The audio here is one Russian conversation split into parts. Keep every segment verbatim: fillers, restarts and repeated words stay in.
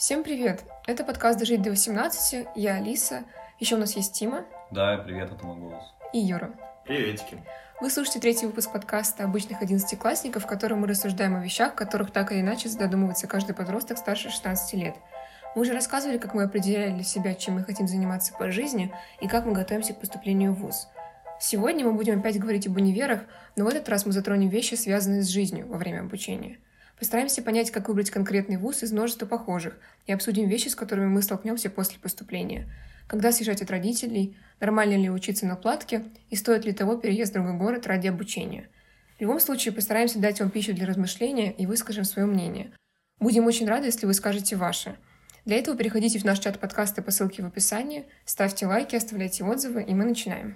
Всем привет! Это подкаст «Дожить до восемнадцати». Я Алиса. Еще у нас есть Тима. Да, привет, это мой голос. И Юра. Приветики. Вы слушаете третий выпуск подкаста обычных одиннадцатиклассников, в котором мы рассуждаем о вещах, которых так или иначе задумывается каждый подросток старше шестнадцати лет. Мы уже рассказывали, как мы определяли для себя, чем мы хотим заниматься по жизни и как мы готовимся к поступлению в вуз. Сегодня мы будем опять говорить об универах, но в этот раз мы затронем вещи, связанные с жизнью во время обучения. Постараемся понять, как выбрать конкретный вуз из множества похожих, и обсудим вещи, с которыми мы столкнемся после поступления. Когда съезжать от родителей, нормально ли учиться на платке, и стоит ли того переезд в другой город ради обучения. В любом случае, постараемся дать вам пищу для размышления и выскажем свое мнение. Будем очень рады, если вы скажете ваше. Для этого переходите в наш чат подкаста по ссылке в описании, ставьте лайки, оставляйте отзывы, и мы начинаем.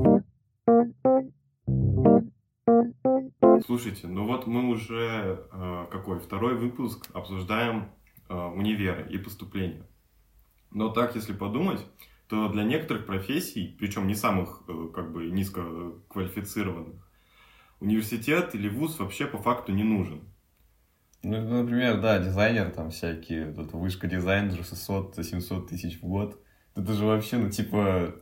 Слушайте, ну вот мы уже э, какой второй выпуск обсуждаем э, универы и поступление. Но так, если подумать, то для некоторых профессий, причем не самых э, как бы низкоквалифицированных, университет или вуз вообще по факту не нужен. Ну, например, да, дизайнер там всякие, тут вышка дизайнера шестьсот-семьсот тысяч в год. Это же вообще, ну, типа,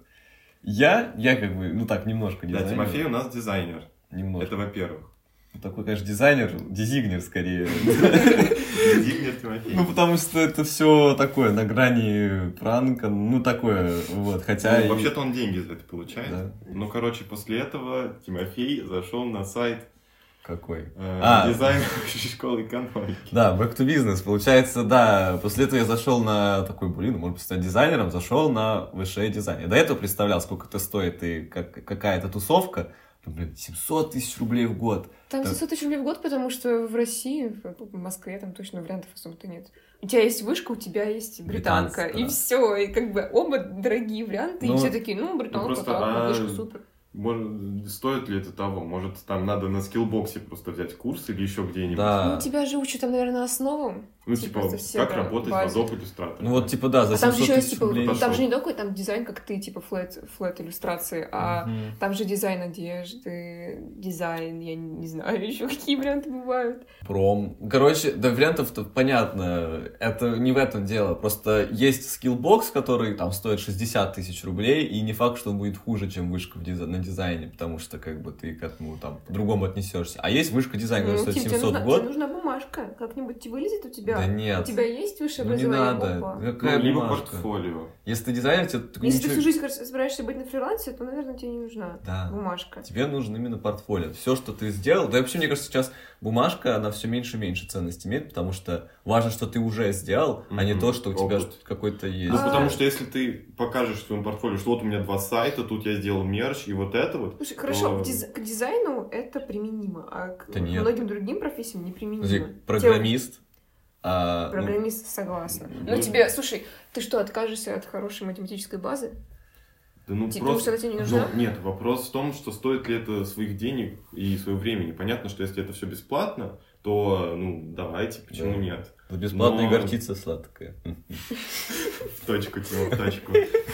я, я как бы, ну так, немножко дизайнер. Да, Тимофей у нас дизайнер. Немножко. Это во-первых. Такой, конечно, дизайнер, дизигнер скорее. Дизигнер Тимофей. Ну, потому что это все такое, на грани пранка, ну, такое, вот, хотя... Ну, вообще-то он деньги за это получает. Ну, короче, после этого Тимофей зашел на сайт... Какой? Э, а, дизайн школы экономики. Да, back to business. Получается, да, после этого я зашел на такой, блин, может быть, стать дизайнером, зашел на высшее дизайн. Я до этого представлял, сколько это стоит и как, какая-то тусовка. Блин, семьсот тысяч рублей в год. Там семьсот тысяч рублей в год, потому что в России, в Москве, там точно вариантов особо-то нет. У тебя есть вышка, у тебя есть британка, и да. все, и как бы оба дорогие варианты, ну, и все такие, ну, британка, ну, просто, так, а... вышка, супер. Может, стоит ли это того? Может, там надо на скиллбоксе просто взять курс или еще где-нибудь? Да. Ну, тебя же учат там, наверное, основам. Ну, типа, типа все, как да, работать в Adobe Illustrator. Ну, вот, типа, да, за а там же еще есть, типа, Photoshop. там же не только там дизайн, как ты, типа, флэт, флэт иллюстрации, а uh-huh. там же дизайн одежды, дизайн, я не знаю, еще какие варианты бывают. Пром. Короче, да, вариантов-то понятно, это не в этом дело. Просто есть скиллбокс, который там стоит шестьдесят тысяч рублей, и не факт, что он будет хуже, чем вышка в диз... на дизайне, потому что, как бы, ты к этому там по-другому отнесешься. А есть вышка дизайна, который ну, стоит семьсот нужна, в год. Тебе нужна бумажка, как-нибудь вылезет у тебя. Да нет. У тебя есть высшее ну, образование? Не надо. Опа. Какая ну, либо бумажка? Портфолио. Если ты дизайнер, тебе... Если ничего... ты всю жизнь собираешься быть на фрилансе, то, наверное, тебе не нужна да. бумажка. Тебе нужно именно портфолио. Все, что ты сделал. Да и вообще, мне кажется, сейчас бумажка, она все меньше и меньше ценности имеет, потому что важно, что ты уже сделал, mm-hmm. а не то, что у тебя Опыт. Какой-то есть. Ну, а... потому что если ты покажешь в своем портфолио, что вот у меня два сайта, тут я сделал мерч, и вот это вот... Слушай, хорошо, то... к, диз... к дизайну это применимо, а к да многим другим профессиям неприменимо. Подожди, программист... Те... А, Программист, ну, согласна. Ну, ну, тебе, слушай, ты что, откажешься от хорошей математической базы? Да ну типа, просто... что тебе не нужна? Но, нет, вопрос в том, что стоит ли это своих денег и своего времени. Понятно, что если это все бесплатно, то, ну, давайте, почему да. нет? За бесплатно Но... и горчица сладкая. В точку, Тима, в точку.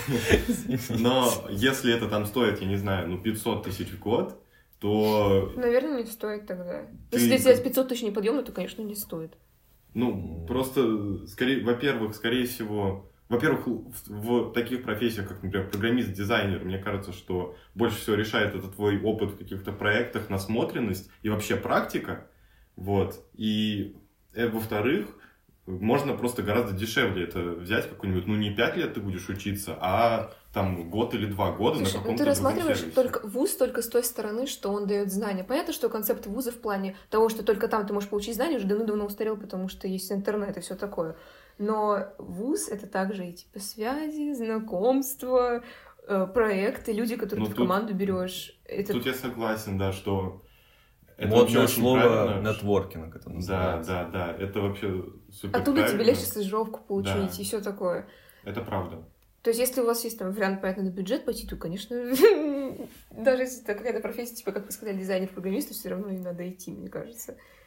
Но если это там стоит, я не знаю, ну, пятьсот тысяч в год, то... Наверное, не стоит тогда. Если для тебя пятьсот тысяч неподъемно, то, конечно, не стоит. Ну, просто, скорее, во-первых, скорее всего, во-первых, в, в таких профессиях, как, например, программист, дизайнер, мне кажется, что больше всего решает это твой опыт в каких-то проектах, насмотренность и вообще практика, вот, и, э, во-вторых, можно просто гораздо дешевле это взять, какой-нибудь, ну, не пять лет ты будешь учиться, а там год или два года. Слушай, на каком-то ну ты рассматриваешь сервисе. только вуз только с той стороны, что он дает знания. Понятно, что концепт вуза в плане того, что только там ты можешь получить знания, уже давно-давно устарел, потому что есть интернет и все такое. Но вуз — это также и типа связи, знакомства, проекты, люди, которых ну, ты тут, в команду берешь. Это... Тут я согласен, да, что... Это модное слово нетворкинг это называется. Да, да, да, это вообще супер. Оттуда тебе легче стажировку получить да. и все такое. Это правда. То есть, если у вас есть там вариант, понятно, на бюджет пойти, то, конечно, даже если это какая-то профессия, типа, как вы сказали, дизайнер-программист, то все равно им надо идти, мне кажется.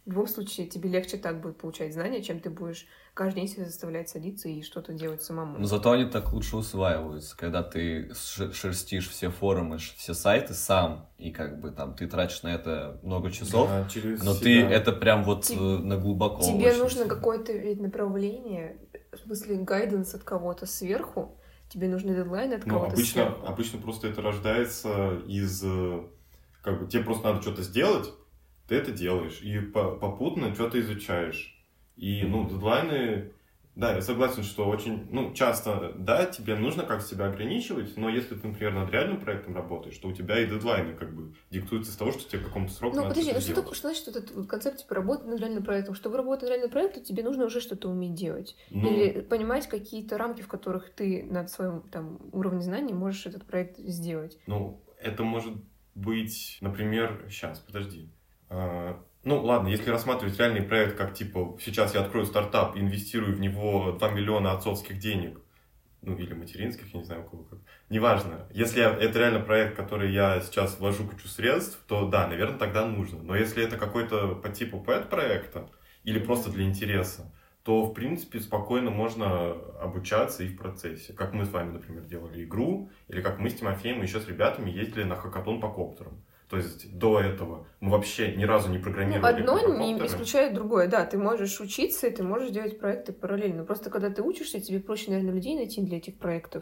В любом случае, тебе легче так будет получать знания, чем ты будешь каждый день себя заставлять садиться и что-то делать самому. Но зато они так лучше усваиваются, когда ты шерстишь все форумы, все сайты сам, и как бы там ты тратишь на это много часов, да, через но себя. ты это прям вот Тебе, на глубоко. Тебе нужно какое-то ведь направление, в смысле гайденс от кого-то сверху, тебе нужны дедлайны от ну, кого-то обычно, сверху. Обычно просто это рождается из... Как бы тебе просто надо что-то сделать, ты это делаешь, и попутно что-то изучаешь. И, ну, дедлайны... Да, я согласен, что очень, ну, часто, да, тебе нужно как-то себя ограничивать, но если ты, например, над реальным проектом работаешь, то у тебя и дедлайны как бы диктуются из того, что тебе к какому-то сроку ну, надо подожди, что-то ну что, делать. такое, что значит вот этот вот концепт типа работы над реальным проектом? Чтобы работать над реальным проектом, тебе нужно уже что-то уметь делать. Ну, или понимать какие-то рамки, в которых ты над своим там уровнем знаний можешь этот проект сделать. Ну, это может быть, например, сейчас, подожди. А, ну, ладно, если рассматривать реальный проект, как типа, сейчас я открою стартап, инвестирую в него два миллиона отцовских денег, ну, или материнских, я не знаю, у кого как. Неважно. Если это реально проект, который я сейчас вложу кучу средств, то да, наверное, тогда нужно. Но если это какой-то по типу пэт-проекта или просто для интереса, то, в принципе, спокойно можно обучаться и в процессе. Как мы с вами, например, делали игру, или как мы с Тимофеем и еще с ребятами ездили на хакатон по коптерам. То есть до этого мы вообще ни разу не программировали. Ну, одно не исключает другое. Да, ты можешь учиться, и ты можешь делать проекты параллельно. Просто когда ты учишься, тебе проще, наверное, людей найти для этих проектов.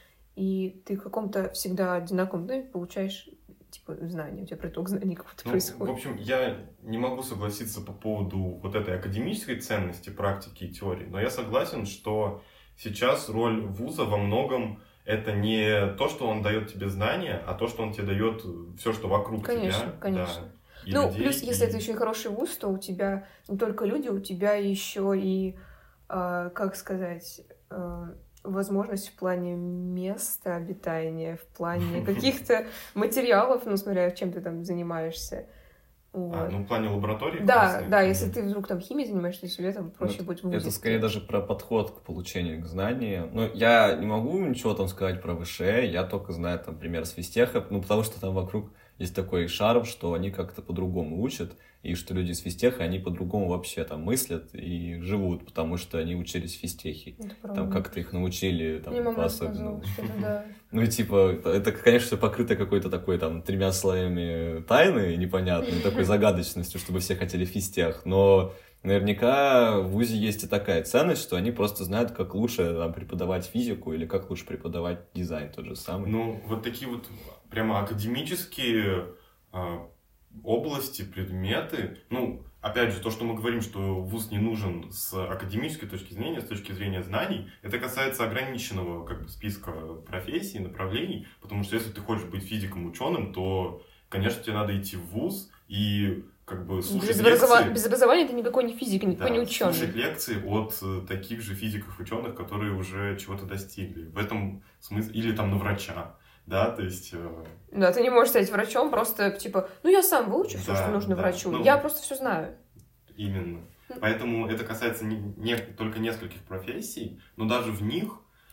И ты в каком-то всегда одинаковом доме получаешь типа знания, у тебя приток знаний какой-то ну, происходит. В общем, я не могу согласиться по поводу вот этой академической ценности практики и теории, но я согласен, что сейчас роль вуза во многом это не то, что он дает тебе знания, а то, что он тебе дает все, что вокруг конечно, тебя. Конечно, да, и ну, людей, плюс, если и... это еще и хороший вуз, то у тебя не только люди, у тебя еще и, э, как сказать, э, возможность в плане места обитания, в плане каких-то материалов, ну, смотря чем ты там занимаешься. Вот. А, ну, в плане лаборатории? Да, просто? да, если ты вдруг там химией занимаешься, тебе там проще это, будет в вузе. Это скорее даже про подход к получению к знаниям. Ну, я не могу ничего там сказать про ВШЭ, я только знаю, там, пример с физтеха, ну, потому что там вокруг есть такой шарм, что они как-то по-другому учат, и что люди с физтеха, они по-другому вообще там мыслят и живут, потому что они учились в физтехе. Там как-то их научили там, по-особенному. Да. Ну и типа, это, конечно, все покрыто какой-то такой там тремя слоями тайны непонятной, такой загадочностью, чтобы все хотели физтех, но наверняка в вузе есть и такая ценность, что они просто знают, как лучше там, преподавать физику или как лучше преподавать дизайн тот же самый. Ну, вот такие вот прямо академические а, области, предметы, ну, опять же, то, что мы говорим, что вуз не нужен с академической точки зрения, с точки зрения знаний, это касается ограниченного как бы, списка профессий, направлений, потому что если ты хочешь быть физиком, ученым, то, конечно, тебе надо идти в вуз и как бы слушать без, лекции. Образова... без образования ты никакой не физик, никакой да, не ученый. Слушать лекции от э, таких же физиков, ученых, которые уже чего-то достигли. В этом смысле, или там на врача. Да, то есть... Э... Да, ты не можешь стать врачом, просто типа, ну я сам выучу все, да, что нужно да. врачу, ну, я просто все знаю. Именно. Поэтому это касается не, не только нескольких профессий, но даже в них,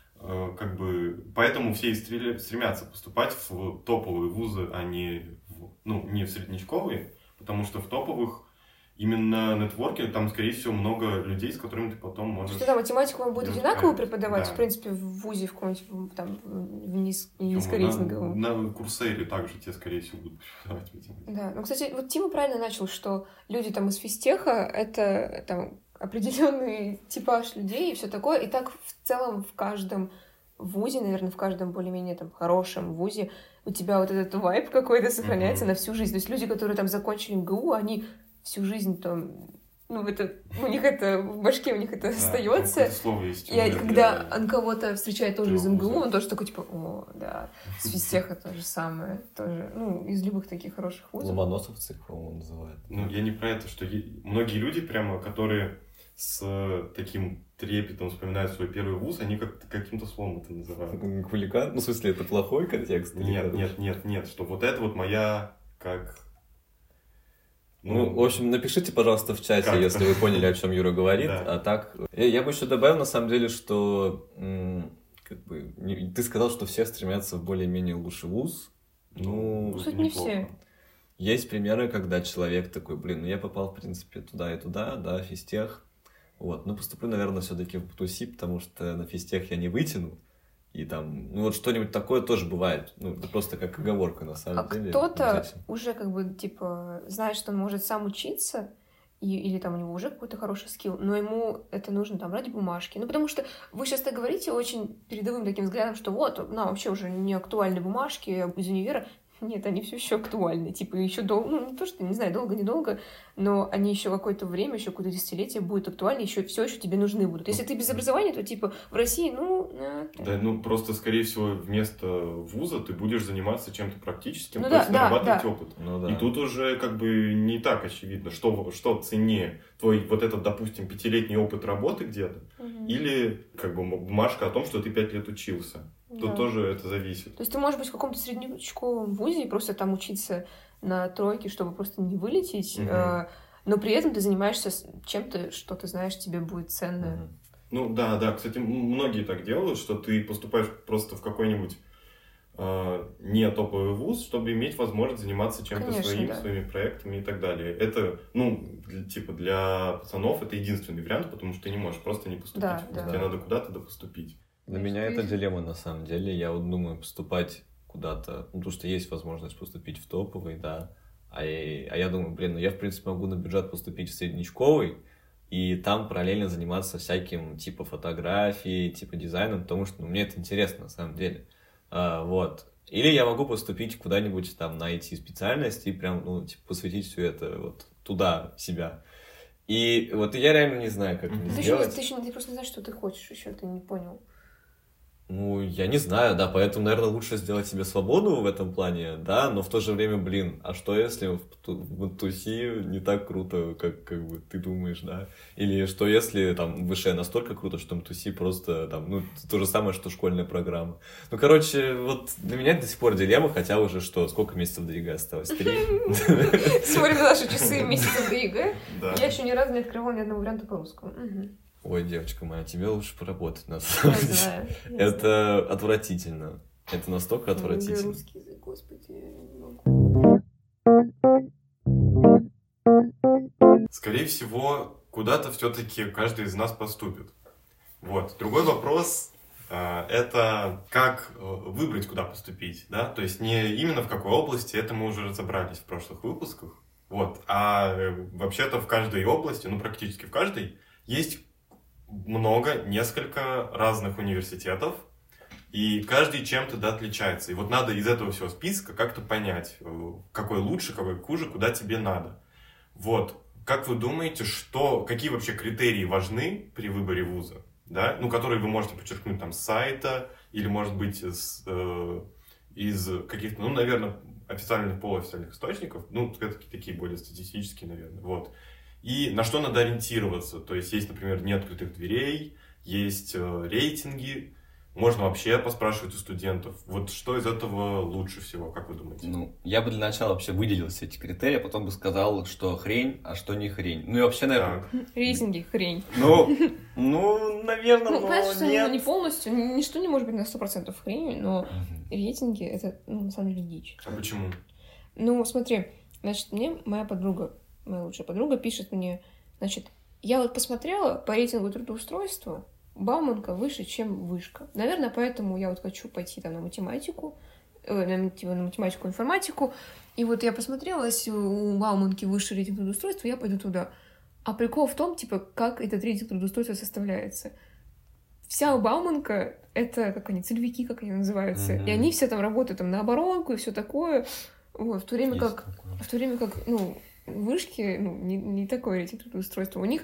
э, как бы, поэтому все и стрели, стремятся поступать в топовые вузы, а не в, ну, не в среднячковые, потому что в топовых именно нетворкинг, там, скорее всего, много людей, с которыми ты потом можешь... Что там, математику вам будет одинаково преподавать, да. в принципе, в вузе, в каком-нибудь там, в низ... низкорейтинговом? На, на Курсере также тебе, скорее всего, будут преподавать математику. Да, ну, кстати, вот Тима правильно начал, что люди там из физтеха — это там определенный типаж людей и все такое, и так в целом в каждом вузе, наверное, в каждом более-менее там хорошем вузе у тебя вот этот вайб какой-то сохраняется mm-hmm. на всю жизнь. То есть люди, которые там закончили МГУ, они всю жизнь там, ну, это, у них это, в башке у них это да, остается. Слово есть. И когда он кого-то встречает тоже из МГУ, он тоже такой, типа, о, да, с физтеха то же самое, тоже, ну, из любых таких хороших вузов. Ломоносовцы, по-моему, называют. Ну, я не про это, что многие люди прямо, которые с таким трепетом вспоминают свой первый вуз, они как каким-то словом это называют. Хулиган? Ну, в смысле, это плохой контекст? Нет, нет, нет, нет, что вот это вот моя, как... Ну, ну, в общем, напишите, пожалуйста, в чате, как-то. Если вы поняли, о чем Юра говорит. Да. А так, я, я бы еще добавил, на самом деле, что м- как бы, не, ты сказал, что все стремятся в более-менее лучший вуз. Ну, кстати, не все. Есть примеры, когда человек такой, блин, ну я попал, в принципе, туда и туда, да, физтех. Вот, ну поступлю, наверное, все-таки в ПТУСИ, потому что на физтех я не вытяну. И там, ну вот что-нибудь такое тоже бывает. Ну, это просто как оговорка, на самом а деле. кто-то уже как бы, типа, знает, что он может сам учиться, и, или там у него уже какой-то хороший скилл, но ему это нужно там ради бумажки. Ну, потому что вы сейчас так говорите очень передовым таким взглядом, что вот, нам вообще уже не актуальны бумажки из универа. Нет, они все еще актуальны. Типа, еще долго, ну, не то, что, не знаю, долго-недолго, но они еще какое-то время, еще какое-то десятилетие будут актуальны, еще все еще тебе нужны будут. Если ты без образования, то, типа, в России, ну... Э, да, ну, просто, скорее всего, вместо вуза ты будешь заниматься чем-то практическим, ну, то да, есть да, нарабатывать да. опыт. Ну, да. И тут уже, как бы, не так очевидно, что, что ценнее. Твой вот этот, допустим, пятилетний опыт работы где-то, угу. или, как бы, бумажка о том, что ты пять лет учился. Тут да. тоже это зависит. То есть ты можешь быть в каком-то среднечковом вузе и просто там учиться на тройке, чтобы просто не вылететь, угу. э, но при этом ты занимаешься чем-то, что ты знаешь, тебе будет ценно. Угу. Ну да, да, кстати, многие так делают, что ты поступаешь просто в какой-нибудь э, не топовый вуз, чтобы иметь возможность заниматься чем-то Конечно, своим, да. своими проектами и так далее. Это, ну, для, типа, для пацанов это единственный вариант, потому что ты не можешь просто не поступить. Да, да. Да. Тебе надо куда-то допоступить. Для меня это дилемма, на самом деле. Я вот думаю поступать куда-то, ну, потому что есть возможность поступить в топовый, да. А я, а я думаю, блин, ну я, в принципе, могу на бюджет поступить в среднечковый и там параллельно заниматься всяким типа фотографией, типа дизайном, потому что ну, мне это интересно, на самом деле. А, вот. Или я могу поступить куда-нибудь там на ай ти-специальность и прям, ну, типа, посвятить все это вот туда, себя. И вот я реально не знаю, как это ты сделать. Еще, ты, еще, ты просто не знаешь, что ты хочешь еще, ты не понял. Ну, я не знаю, да, поэтому, наверное, лучше сделать себе свободу в этом плане, да, но в то же время, блин, а что если в, в ТУСИ не так круто, как, как бы ты думаешь, да? Или что если там высшее настолько круто, что в ТУСИ просто там, ну, то же самое, что школьная программа. Ну, короче, вот для меня это до сих пор дилемма, хотя уже что, сколько месяцев до ЕГЭ осталось? Три? Смотрим на наши часы месяцев до ЕГЭ. Я еще ни разу не открывала ни одного варианта по-русскому. Ой, девочка моя, тебе лучше поработать, на самом деле. Знаю, это знаю. Отвратительно. Это настолько отвратительно. Русский язык, господи, я не могу. Скорее всего, куда-то все-таки каждый из нас поступит. Вот. Другой вопрос э, это как выбрать, куда поступить, да? То есть не именно в какой области, это мы уже разобрались в прошлых выпусках. Вот. А э, вообще-то в каждой области, ну практически в каждой, есть много, несколько разных университетов, и каждый чем-то да, отличается. И вот надо из этого всего списка как-то понять, какой лучше, какой хуже, куда тебе надо. Вот. Как вы думаете, что, какие вообще критерии важны при выборе вуза? Да? Ну, которые вы можете подчеркнуть там с сайта, или, может быть, с, э, из каких-то, ну, наверное, официальных, полуофициальных источников, ну, такие более статистические, наверное, вот. И на что надо ориентироваться. То есть, есть, например, дни открытых дверей, есть э, рейтинги. Можно вообще поспрашивать у студентов. Вот что из этого лучше всего, как вы думаете? Ну, я бы для начала вообще выделил все эти критерии, а потом бы сказал, что хрень, а что не хрень. Ну и вообще, наверное... Так. Рейтинги хрень. Ну, ну, наверное, ну, но понятно, что нет. не полностью, ничто не может быть на сто процентов хренью, но рейтинги — это, ну, на самом деле, дичь. А почему? Ну, смотри, значит, мне моя подруга, моя лучшая подруга пишет мне, значит, я вот посмотрела по рейтингу трудоустройства, Бауманка выше, чем вышка. Наверное, поэтому я вот хочу пойти там на математику, э, на, типа, на математику, информатику. И вот я посмотрела, если у Бауманки выше рейтинг трудоустройства, я пойду туда. А прикол в том, типа, как этот рейтинг трудоустройства составляется. Вся Бауманка — это, как они, целевики, как они называются. Mm-hmm. И они все там работают там, на оборонку и все такое. Вот, в то время Есть как, такое. в то время как, ну, вышки, ну, не, не такое рейтинг трудоустройства. У них...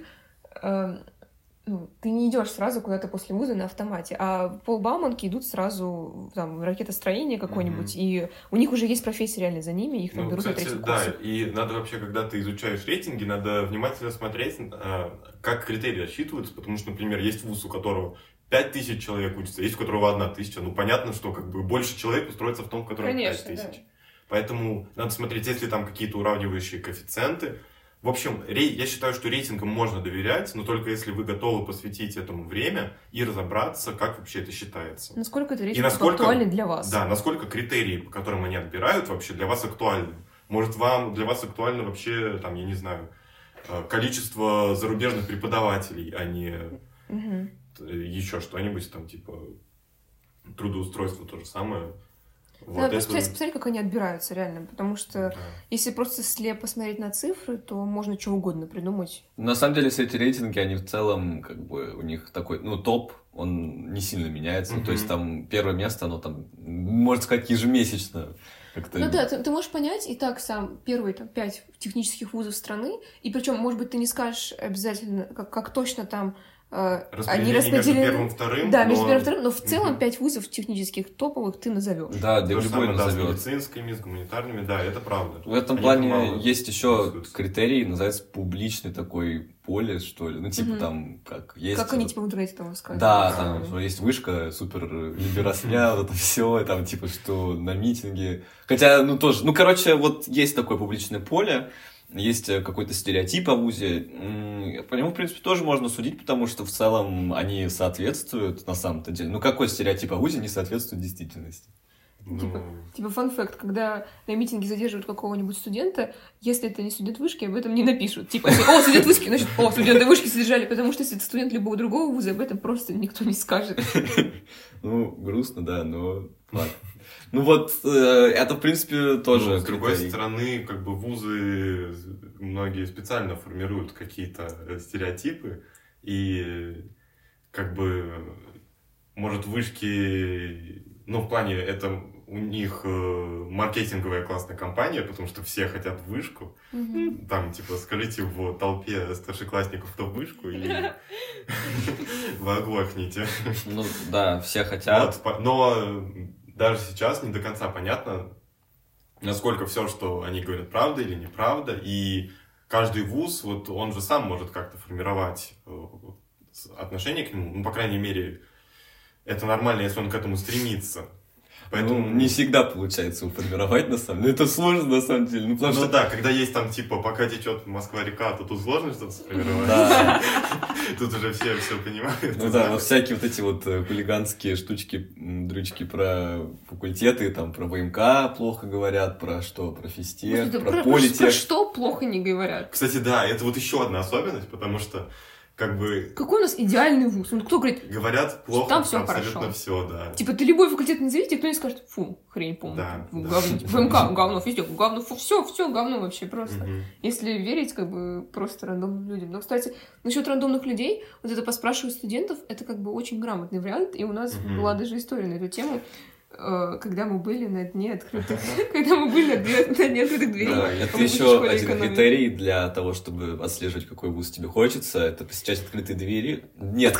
Э, Ну, ты не идешь сразу куда-то после вуза на автомате, а полбауманки идут сразу там, в ракетостроение какое-нибудь, mm-hmm. и у них уже есть профессия реально за ними, их там ну, берут кстати, на третий да, курс. и надо вообще, когда ты изучаешь рейтинги, надо внимательно смотреть, как критерии рассчитываются, потому что, например, есть вуз, у которого пять тысяч человек учатся, есть у которого одна тысяча, ну, понятно, что как бы больше человек устроится в том, в котором пять тысяч. Да. Поэтому надо смотреть, есть ли там какие-то уравнивающие коэффициенты. В общем, я считаю, что рейтингам можно доверять, но только если вы готовы посвятить этому время и разобраться, как вообще это считается. Насколько это рейтинг актуальный для вас. Да, насколько критерии, по которым они отбирают, вообще для вас актуальны. Может, вам, для вас актуально вообще, там, я не знаю, количество зарубежных преподавателей, а не угу. еще что-нибудь, там, типа, трудоустройство то же самое. Вот Надо это... просто посмотреть, как они отбираются, реально, потому что да. если просто слепо смотреть на цифры, то можно что угодно придумать. На самом деле, все эти рейтинги, они в целом, как бы, у них такой, ну, топ, он не сильно меняется, mm-hmm. то есть там первое место, оно там, можно сказать, ежемесячно. Как-то... Ну да, ты, ты можешь понять и так сам первые там, пять технических вузов страны, и причем, может быть, ты не скажешь обязательно, как, как точно там они распределены между первым и вторым. Да, но... между первым и вторым, но в целом угу. пять вузов технических топовых ты назовешь. Да, да, любой назовет. Да, с медицинскими, с гуманитарными, да, это правда. В этом они плане есть еще критерий, называется публичный такой полис, что ли. Ну, типа угу. там, как есть... Как они типа в интернете там сказали. Да, там что есть вышка, супер либерасня, вот это все, там типа что на митинге. Хотя, ну тоже, ну короче, вот есть такое публичное поле. Есть какой-то стереотип о вузе, по нему, в принципе, тоже можно судить, потому что в целом они соответствуют на самом-то деле. Ну, какой стереотип о вузе не соответствует действительности? Ну... Типа, типа фан-факт, когда на митинге задерживают какого-нибудь студента, если это не студент вышки, об этом не напишут. Типа, если, о, студент вышки, значит, о, студенты вышки задержали, потому что если это студент любого другого вуза, об этом просто никто не скажет. Ну, грустно, да, но ладно. Ну вот, э, это, в принципе, тоже... Ну, с другой стороны, как бы вузы, многие специально формируют какие-то стереотипы, и как бы, может, вышки, ну, в плане, это у них маркетинговая классная компания, потому что все хотят вышку. Mm-hmm. Там, типа, скажите в толпе старшеклассников, кто вышку, и вы оглохнете. Ну, да, все хотят. Но... Даже сейчас не до конца понятно, насколько все, что они говорят, правда или неправда. И каждый вуз, вот он же сам может как-то формировать отношение к нему. Ну, по крайней мере, это нормально, если он к этому стремится. Поэтому ну, не всегда получается формировать, на самом деле. Это сложно, на самом деле. Ну, потому ну что... да, когда есть там, типа, пока течет Москва-река, то тут сложно что-то сформировать. Да. Тут уже все все понимают. Ну да, вот всякие вот эти вот хулиганские штучки, дрючки про факультеты, там, про ВМК плохо говорят, про что, про физтех, про политех. Про что плохо не говорят. Кстати, да, это вот еще одна особенность, потому что как бы... Какой у нас идеальный вуз? Ну, кто говорит... Говорят плохо, там все абсолютно хорошо. Все, да. Типа, ты любой факультет назовите, никто не скажет, фу, хрень полная. Да, фу, да. Говно, типа, ВМК, говно, физтех, говно, фу, все, все говно вообще просто. Угу. Если верить, как бы, просто рандомным людям. Но, кстати, насчет рандомных людей, вот это поспрашивать студентов, это как бы очень грамотный вариант, и у нас угу. была даже история на эту тему, когда мы были на дне открытых, когда мы были на дне открытых дверей. Да, это еще один критерий для того, чтобы отслеживать, какой вуз тебе хочется, это посещать открытые двери. Нет.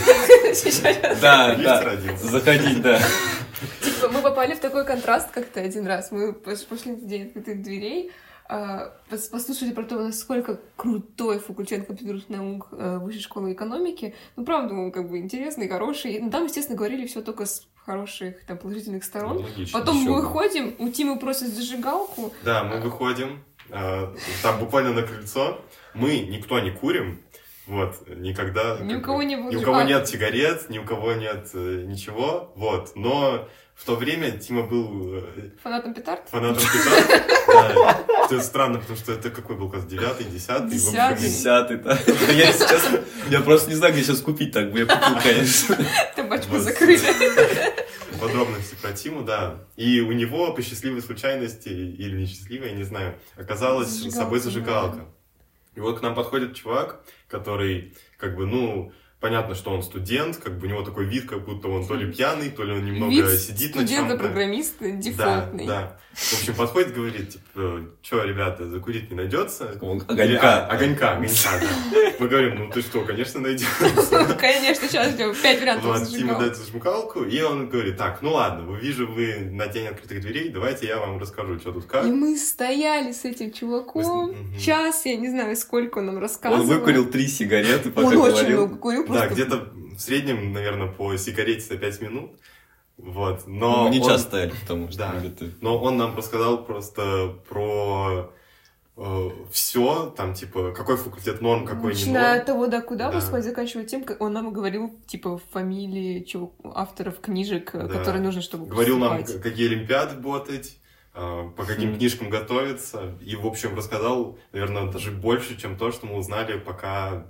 Да, да, заходить, да. Типа мы попали в такой контраст как-то один раз. Мы пошли на день открытых дверей, послушали про то, насколько крутой факультет компьютерных наук Высшей школы экономики. Ну, правда, он как бы интересный, хороший. Но там, естественно, говорили все только с хороших, там, положительных сторон. Логично. Потом Еще мы выходим, у Тимы просят зажигалку. Да, мы выходим, там буквально на крыльцо. Мы никто не курим. Вот, никогда... Ни у кого не было... Ни у кого нет сигарет, ни у кого нет э, ничего, вот. Но в то время Тима был... Э, фанатом петард? Фанатом петард, да. Это странно, потому что это какой был класс? Девятый, десятый? Десятый. Десятый, да. Я сейчас... Я просто не знаю, где сейчас купить так бы. Я купил, конечно. Табачку закрыли. Подробности про Тиму, да. И у него по счастливой случайности, или несчастливой, я не знаю, оказалась с собой зажигалка. И вот к нам подходит чувак, который, как бы, ну, понятно, что он студент, как бы у него такой вид, как будто он то ли пьяный, то ли он немного вид сидит на чем-то. Студента-программиста дефолтный. Да, да. В общем, подходит, говорит, типа, что, ребята, закурить не найдется? Огонька. Огонька, огонька, да. Мы говорим, ну ты что, конечно, найдется. Конечно, сейчас сделаю пять вариантов вот, зажигалки. Тима дает зажигалку, и он говорит, так, ну ладно, вы вижу, вы на день открытых дверей, давайте я вам расскажу, что тут как. И мы стояли с этим чуваком мы... час, я не знаю, сколько он нам рассказывал. Он выкурил три сигареты, пока он говорил. Он очень много курил. Да, где-то в среднем, наверное, по сигарете за пять минут. Вот, но мы не он... час стояли, потому что... Да, но он нам рассказал просто про э, все, там, типа, какой факультет норм, какой Начиная не норм. Начиная от того, да, куда, да. Господи, заканчивая тем, как он нам говорил, типа, фамилии чего, авторов книжек, да. которые нужно, чтобы говорил поступать. нам, какие олимпиады ботать, по каким книжкам готовиться. И, в общем, рассказал, наверное, даже больше, чем то, что мы узнали, пока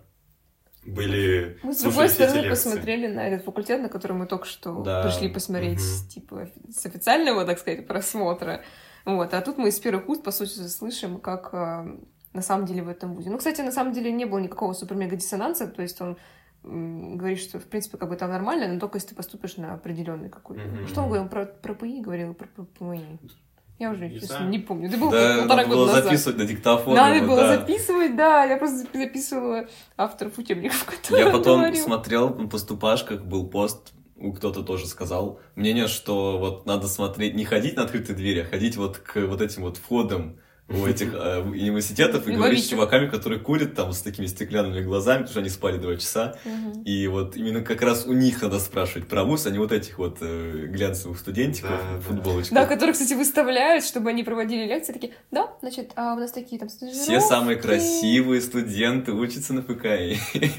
были... Мы, с другой стороны, посмотрели на этот факультет, на который мы только что да. пришли посмотреть, угу. типа, с официального, так сказать, просмотра. Вот. А тут мы из первых уст, по сути, слышим, как на самом деле в этом вузе. Ну, кстати, на самом деле не было никакого супер-мега-диссонанса, то есть он говорит, что, в принципе, как бы там нормально, но только если ты поступишь на определенный какой-то... Mm-hmm. Что он говорил? Про, про ПИ говорил? Про, про ПМИ? Я уже, не честно, не помню. Это было да, полтора года назад. Надо было записывать на диктофон. Надо его, было да. записывать, да. Я просто записывала авторов учебников, которые Я потом говорил. смотрел на поступашках, был пост, кто-то тоже сказал мнение, что вот надо смотреть, не ходить на открытые двери, а ходить вот к вот этим вот входам у этих э, университетов и говорить с чуваками, которые курят там с такими стеклянными глазами, потому что они спали два часа. Uh-huh. И вот именно как раз у них надо спрашивать про вуз, а не вот этих вот э, глянцевых студентиков да, в футболочках. Да, которых, кстати, выставляют, чтобы они проводили лекции. Такие, да, значит, а у нас такие там стажировки. Все самые красивые студенты учатся на ПКИ.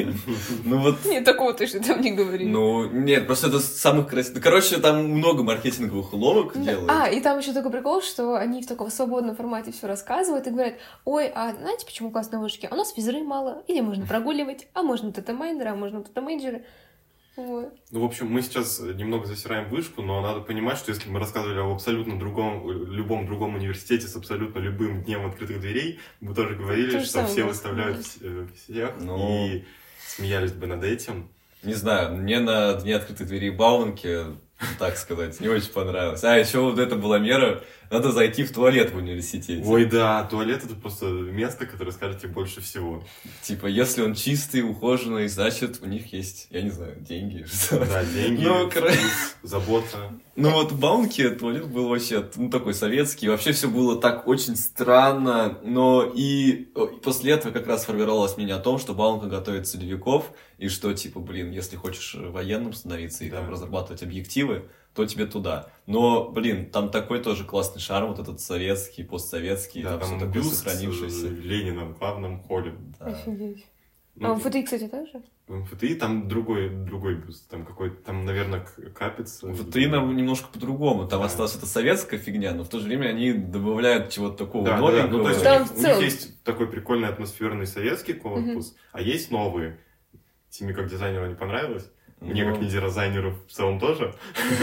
Ну вот... Нет, такого точно там не говорили. Ну, нет, просто это самых красивых... Короче, там много маркетинговых уловок делают. А, и там еще такой прикол, что они в таком свободном формате все рассказывают и говорят, ой, а знаете, почему класс на вышке? А у нас физры мало, или можно прогуливать, а можно дата-майнеры, а можно дата-мейджеры. Вот. Ну, в общем, мы сейчас немного засираем вышку, но надо понимать, что если мы рассказывали об абсолютно другом, любом другом университете с абсолютно любым днем открытых дверей, мы тоже говорили, то что все выставляют всех, но... и смеялись бы над этим. Не знаю, мне на дне открытых дверей Бауманки, так сказать, не очень понравилось. А, еще вот это была мера, надо зайти в туалет в университете. Ой, да, туалет — это просто место, которое скажет тебе больше всего. Типа, если он чистый, ухоженный, значит, у них есть, я не знаю, деньги. Да, деньги, ну, вкус, забота. Ну вот в Бауманке туалет был вообще, ну, такой советский. Вообще все было так очень странно, но и после этого как раз формировалось мнение о том, что Бауманка готовит целевиков, и что, типа, блин, если хочешь военным становиться и да. там разрабатывать объективы, то тебе туда. Но, блин, там такой тоже классный шарм, вот этот советский, постсоветский, да, там, там все такое бюст сохранившееся. Ленина в главном холле. Да. Офигеть. Ну, а в ФТИ, кстати, также? В МФТИ там другой, другой бюст, там какой-то, там, наверное, Капец. В ФТИ нам немножко по-другому, там да. осталась эта советская фигня, но в то же время они добавляют чего-то такого да, новенького. Да, да. Ну, то есть там у, них, у них есть такой прикольный атмосферный советский корпус, mm-hmm. а есть новые. Тебе как дизайнеру не понравилось? Ну... Мне как не-дизайнеру в целом тоже.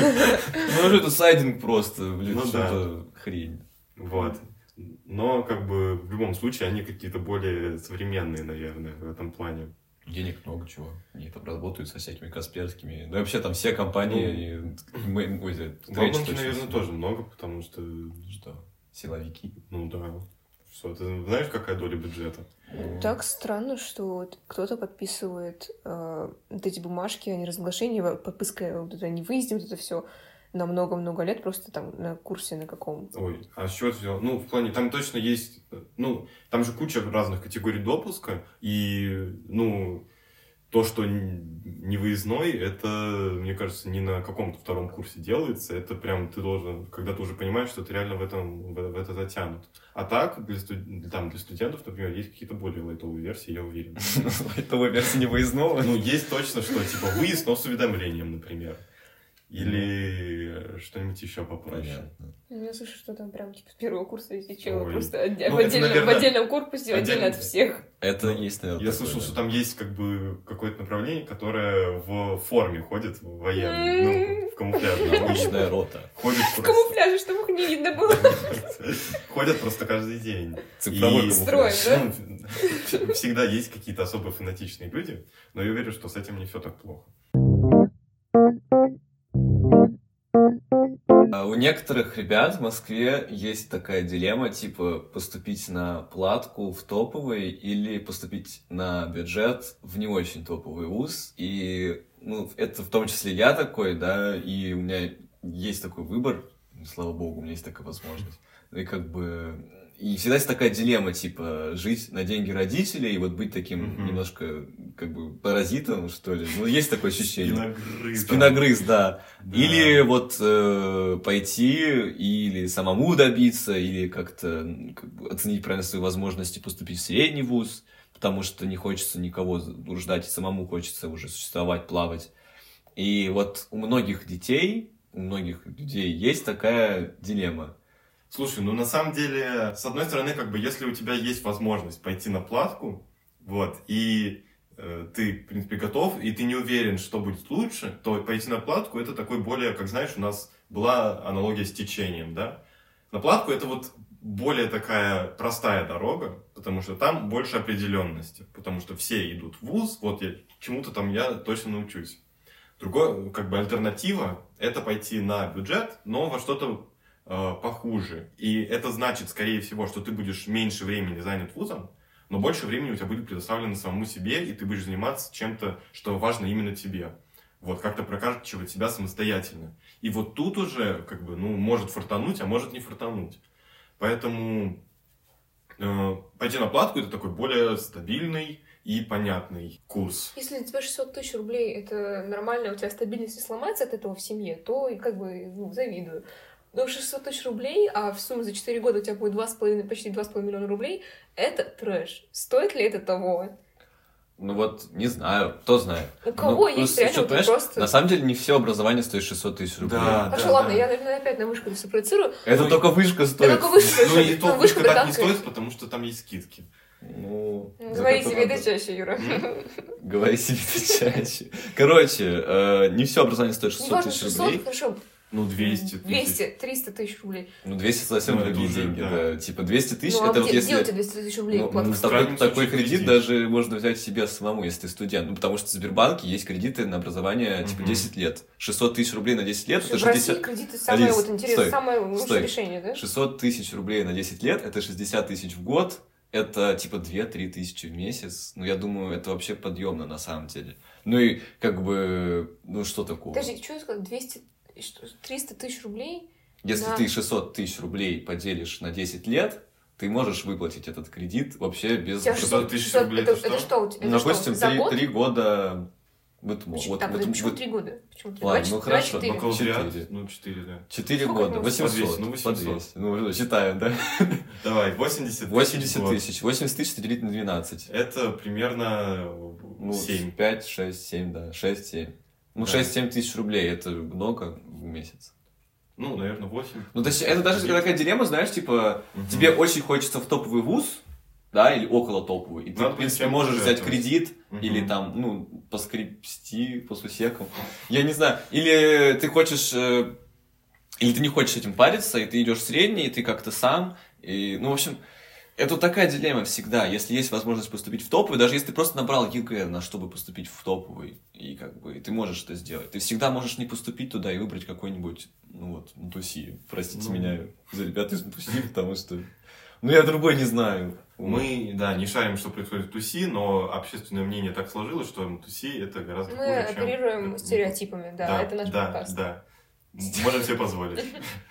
Ну, это сайдинг просто, блин, что-то хрень. Вот. Но, как бы, в любом случае, они какие-то более современные, наверное, в этом плане. Денег много чего. Они там работают со всякими Касперскими. Да вообще там все компании... Ну, Бауманки, наверное, тоже много, потому что... Что? Силовики? Ну да. Что, ты знаешь, какая доля бюджета? Так странно, что вот кто-то подписывает э, вот эти бумажки о неразглашении, подписка вот это о невыезде, вот это все на много-много лет, просто там на курсе на каком. Ой, а с чего ты взял? Ну, в плане, там точно есть, ну, там же куча разных категорий допуска, и, ну, то, что не выездной, это, мне кажется, не на каком-то втором курсе делается, это прям ты должен, когда ты уже понимаешь, что ты реально в, этом, в, в это затянут. А так, для, студ... там, для студентов, например, есть какие-то более лайтовые версии, я уверен. Лайтовая версия не выездного? Ну, есть точно, что, типа, выезд, но с уведомлением, например. Или что-нибудь еще попроще. Я слышу, что там прям типа с первого курса если чего, просто отде- ну, в, это, отдельном, наверное, в отдельном корпусе, отдельно от всех. Это есть, наверное. Я слышал, да. что там есть как бы какое-то направление, которое в форме ходит в военной, ну, в камуфляже. Обычная рота. Ходит в камуфляже, чтобы их не видно было. Ходят просто каждый день. Цифровой камуфляж. Строим, да? Всегда есть какие-то особо фанатичные люди, но я уверен, что с этим не все так плохо. У некоторых ребят в Москве есть такая дилемма, типа поступить на платку в топовый или поступить на бюджет в не очень топовый вуз. И ну, это в том числе я такой, да, и у меня есть такой выбор, слава богу, у меня есть такая возможность. И как бы... И всегда есть такая дилемма, типа, жить на деньги родителей и вот быть таким mm-hmm. немножко, как бы, паразитом, что ли. Ну, есть такое ощущение. Спиногрыз. Спиногрыз, да. да. Или вот э, пойти, или самому добиться, или как-то как бы, оценить правильно свои возможности поступить в средний вуз, потому что не хочется никого ждать, и самому хочется уже существовать, плавать. И вот у многих детей, у многих людей есть такая дилемма. Слушай, ну на самом деле, с одной стороны, как бы, если у тебя есть возможность пойти на платку, вот, и э, ты, в принципе, готов, и ты не уверен, что будет лучше, то пойти на платку, это такой более, как знаешь, у нас была аналогия с течением, да? На платку это вот более такая простая дорога, потому что там больше определенности, потому что все идут в вуз, вот я чему-то там я точно научусь. Другое, как бы альтернатива, это пойти на бюджет, но во что-то э, похуже. И это значит, скорее всего, что ты будешь меньше времени занят вузом, но больше времени у тебя будет предоставлено самому себе, и ты будешь заниматься чем-то, что важно именно тебе. Вот, как-то прокачивать себя самостоятельно. И вот тут уже, как бы, ну, может фартануть, а может не фартануть. Поэтому э, пойти на платку — это такой более стабильный и понятный курс. Если у тебя шестьсот тысяч рублей, это нормально, у тебя стабильность не сломается от этого в семье, то и как бы, ну, завидую. Но шестьсот тысяч рублей, а в сумме за четыре года у тебя будет два с половиной, почти два с половиной миллиона рублей, это трэш. Стоит ли это того? Ну вот, не знаю, кто знает. У кого ну, есть просто, реально что, вот просто... На самом деле не все образование стоит шестьсот тысяч рублей. Да, Хорошо, да, ладно, да. я, наверное, опять на вышку это проецирую. Это Ну, только вышка стоит. Это только вышка, Ну и ну, то вышка вышка так не британская. стоит, потому что там есть скидки. Ну, Говори за себе это это чаще, Юра. Говори себе это чаще. Короче, э, не все образование стоит шестьсот Неважно, тысяч шестьсот, рублей. хорошо. Ну, двести тысяч. двести, триста тысяч рублей. Ну, двести совсем Ну, другие это уже, деньги, да. да. Типа двести тысяч, Ну, а это где, вот где у если... тебя двести тысяч рублей? Ну, платно? ну, в такой, крайнем такой случае кредит кредит. даже можно взять себе самому, если ты студент. Ну, потому что в Сбербанке есть кредиты на образование типа Мгм. десять лет. шестьсот тысяч рублей на десять лет, В это России шестьдесят... кредиты самое Алис, вот интересное, стой, самое лучшее стой. решение, да? шестьсот тысяч рублей на десять лет, это шестьдесят тысяч в год. Это типа две-три тысячи в месяц. Ну, я думаю, это вообще подъемно на самом деле. Ну и как бы, ну что такого? Подожди, что я сказала? двести, что, триста тысяч рублей? Если Да. ты шестьсот тысяч рублей поделишь на десять лет, ты можешь выплатить этот кредит вообще без... У тебя шестьсот тысяч шестьсот, рублей это, это это что? что у тебя? Ну, Это допустим, что, за год? три года... Вот, Почему, вот, так, вот, почему вот- три года? Почему три? Ладно, Два, ну два, хорошо, четыре. Бакалавриат, Четыре. ну, четыре, да. четыре Сколько года, можно? восемьсот, По двести, ну, по восемьсот. двести. Ну, уже считаем, да? Давай, восемьдесят тысяч. восемьдесят в год. тысяч. восемьдесят тысяч делить на двенадцать. Это примерно Ну, семь. пять, шесть, семь, да. шесть, семь. Ну, Да. шесть-семь тысяч рублей, это много в месяц. Ну, наверное, восемь. Ну, то есть, это даже такая дилемма, знаешь, типа, Мгм. тебе очень хочется в топовый вуз, да, или около топовый, и ты, Надо в принципе, чем можешь взять пожертвовать. кредит, Мгм. или там, ну, поскребсти по сусекам. Я не знаю. Или ты хочешь, э, или ты не хочешь этим париться, и ты идешь в средний, и ты как-то сам, и, ну, в общем, это вот такая дилемма всегда. Если есть возможность поступить в топовый, даже если ты просто набрал ЕГЭ, на чтобы поступить в топовый, и как бы, и ты можешь это сделать. Ты всегда можешь не поступить туда и выбрать какой-нибудь, ну вот, Нутуси. Простите Ну. меня за ребят из Нутуси, потому что, ну, я другой не знаю. Мы, да, не шарим, что происходит в Туси, но общественное мнение так сложилось, что Туси это гораздо Мы хуже, чем... оперируем стереотипами, да, это наш да, подкаст. Да, можем себе позволить.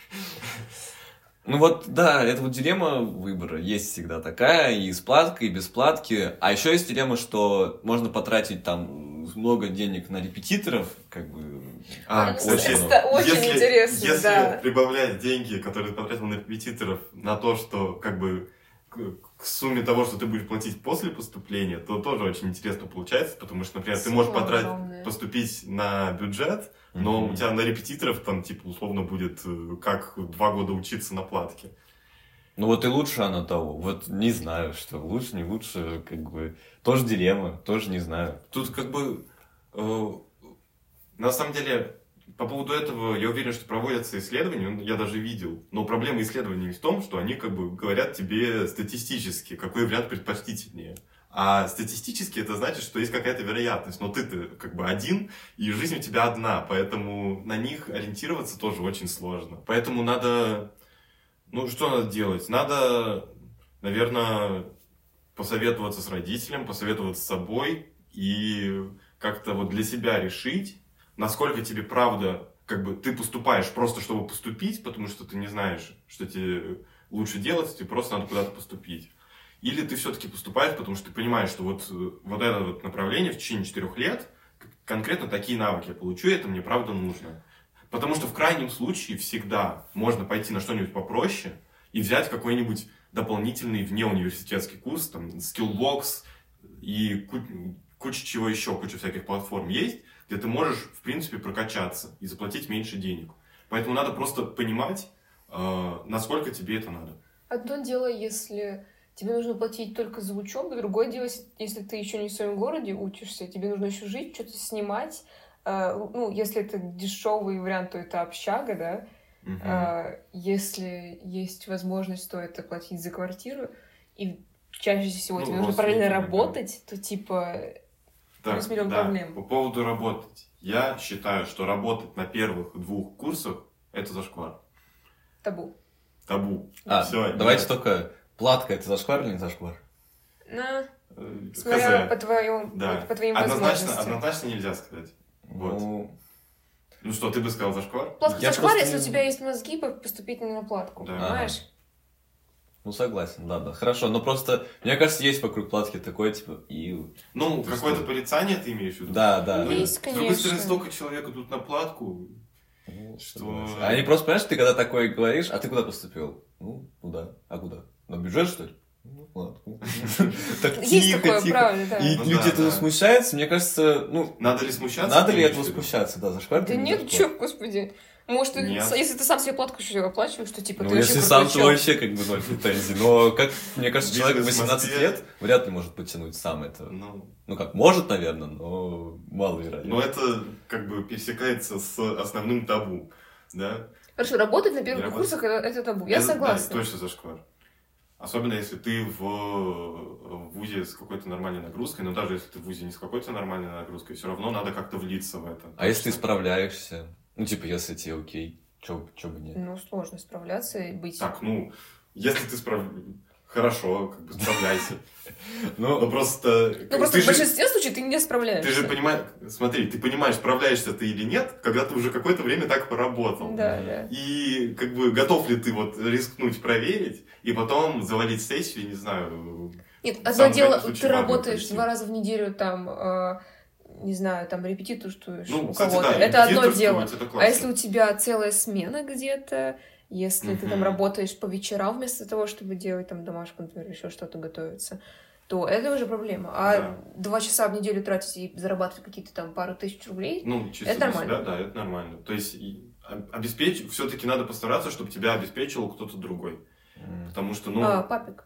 Ну вот, да, это вот дилемма выбора есть всегда такая, и с платкой, и без платки. А еще есть дилемма, что можно потратить там много денег на репетиторов, как бы... А, Ну, кстати, это очень если, интересно, если да. прибавлять деньги, которые потратил на репетиторов, на то, что как бы к, к сумме того, что ты будешь платить после поступления, то тоже очень интересно получается, потому что, например, ты Сумма можешь потратить, огромная. поступить на бюджет, но Мгм. у тебя на репетиторов там, типа, условно будет э, как два года учиться на платке. Ну вот и лучше оно того. Вот не знаю, что лучше, не лучше, как бы... Тоже дилемма, тоже не знаю. Тут как бы, э, на самом деле, по поводу этого, я уверен, что проводятся исследования, ну, я даже видел, но проблема исследований в том, что они как бы говорят тебе статистически, какой вариант предпочтительнее. А статистически это значит, что есть какая-то вероятность, но ты-то как бы один, и жизнь у тебя одна, поэтому на них ориентироваться тоже очень сложно. Поэтому надо, ну что надо делать? Надо, наверное, посоветоваться с родителем, посоветоваться с собой и как-то вот для себя решить, насколько тебе правда, как бы ты поступаешь просто чтобы поступить, потому что ты не знаешь, что тебе лучше делать, тебе просто надо куда-то поступить. Или ты все-таки поступаешь, потому что ты понимаешь, что вот, вот это вот направление в течение четырех лет, конкретно такие навыки я получу, и это мне правда нужно. Потому что в крайнем случае всегда можно пойти на что-нибудь попроще и взять какой-нибудь дополнительный внеуниверситетский курс, там, Skillbox и ку- куча чего еще, куча всяких платформ есть, где ты можешь, в принципе, прокачаться и заплатить меньше денег. Поэтому надо просто понимать, э, насколько тебе это надо. Одно дело, если тебе нужно платить только за учебу, другое дело, если ты еще не в своем городе учишься, тебе нужно еще жить, что-то снимать. Э, ну, если это дешевый вариант, то это общага, да. Угу. Э, если есть возможность, то это платить за квартиру. И чаще всего Ну, тебе нужно параллельно родственники, да. работать, то типа Так, плюс миллион да, проблем. по поводу работать. Я считаю, что работать на первых двух курсах — это зашквар. Табу. Табу. А, Всё, давайте нет. только платка — это зашквар или не зашквар? На, Э, смотря хз. по, твоему, Да. по, по твоим Однозначно, возможностям. однозначно нельзя сказать. Вот. Ну, Ну что, ты бы сказал зашквар? Платка Я зашквар, просто если не- у тебя есть мозги, по- поступить не на платку, Да. понимаешь? ну, согласен, да, да. Хорошо, но просто, мне кажется, есть вокруг платки такое, типа, и... Ну, Ты какое-то что? порицание ты имеешь в виду? Да, да. Ну, Есть, С другой стороны, конечно. столько человека тут на платку. Ну, Что- согласен. А они просто, понимаешь, ты когда такое говоришь, а ты куда поступил? Ну, куда? А куда? На бюджет, что ли? Ну, платку. Так Есть тихо, такое, тихо. правда, да. И Ну люди да, этого да. смущаются, мне кажется, ну, Надо ли смущаться? надо ты ли имеешь этого в виду? смущаться, да, зашквар? Да нет, чё, господи. Может, ты- Нет. если ты сам себе платку еще оплачиваешь, то типа Ну, ты если вообще сам, крутой то чел. вообще как бы ноль претензий. Но, как мне кажется, человек в Бизнес в восемнадцать Москве. лет вряд ли может потянуть сам это. Ну, Ну как, может, наверное, но маловероятно. но это как бы пересекается с основным табу, да? Хорошо, работать на Не первых работать. курсах это, это табу. Я Это- Да, согласна. это точно зашквар. Особенно если ты в, в вузе с какой-то нормальной нагрузкой, но даже если ты в вузе не с какой-то нормальной нагрузкой, все равно надо как-то влиться в это. А если ты справляешься? Ну, типа, если тебе окей, чё, чё бы нет? Ну, сложно справляться и быть... Так, ну, если ты справ... Хорошо, как бы справляйся. Ну, Но просто... Ну, просто ты в же- большинстве случаев ты не справляешься. Ты же понимаешь, смотри, ты понимаешь, справляешься ты или нет, когда ты уже какое-то время так поработал. Да, да. И как бы готов ли ты вот рискнуть, проверить, и потом завалить сессию, не знаю. Нет, в одно самом дело, крайнем случае ты в армию работаешь пойти. два раза в неделю, там, э, не знаю, там, репетиторствуешь Ну, у кстати, кого-то. да, это одно репетиторствовать, дело. это А классно. если у тебя целая смена где-то, если ты там Мгм. работаешь по вечерам вместо того, чтобы делать там домашку, например, еще что-то готовиться, то это уже проблема. А Да. два часа в неделю тратить и зарабатывать какие-то там пару тысяч рублей, Ну, чисто Это для нормально. себя, да, это нормально. То есть и об- обеспечь, все-таки надо постараться, чтобы тебя обеспечивал кто-то другой. м. Потому что, ну, а, папик.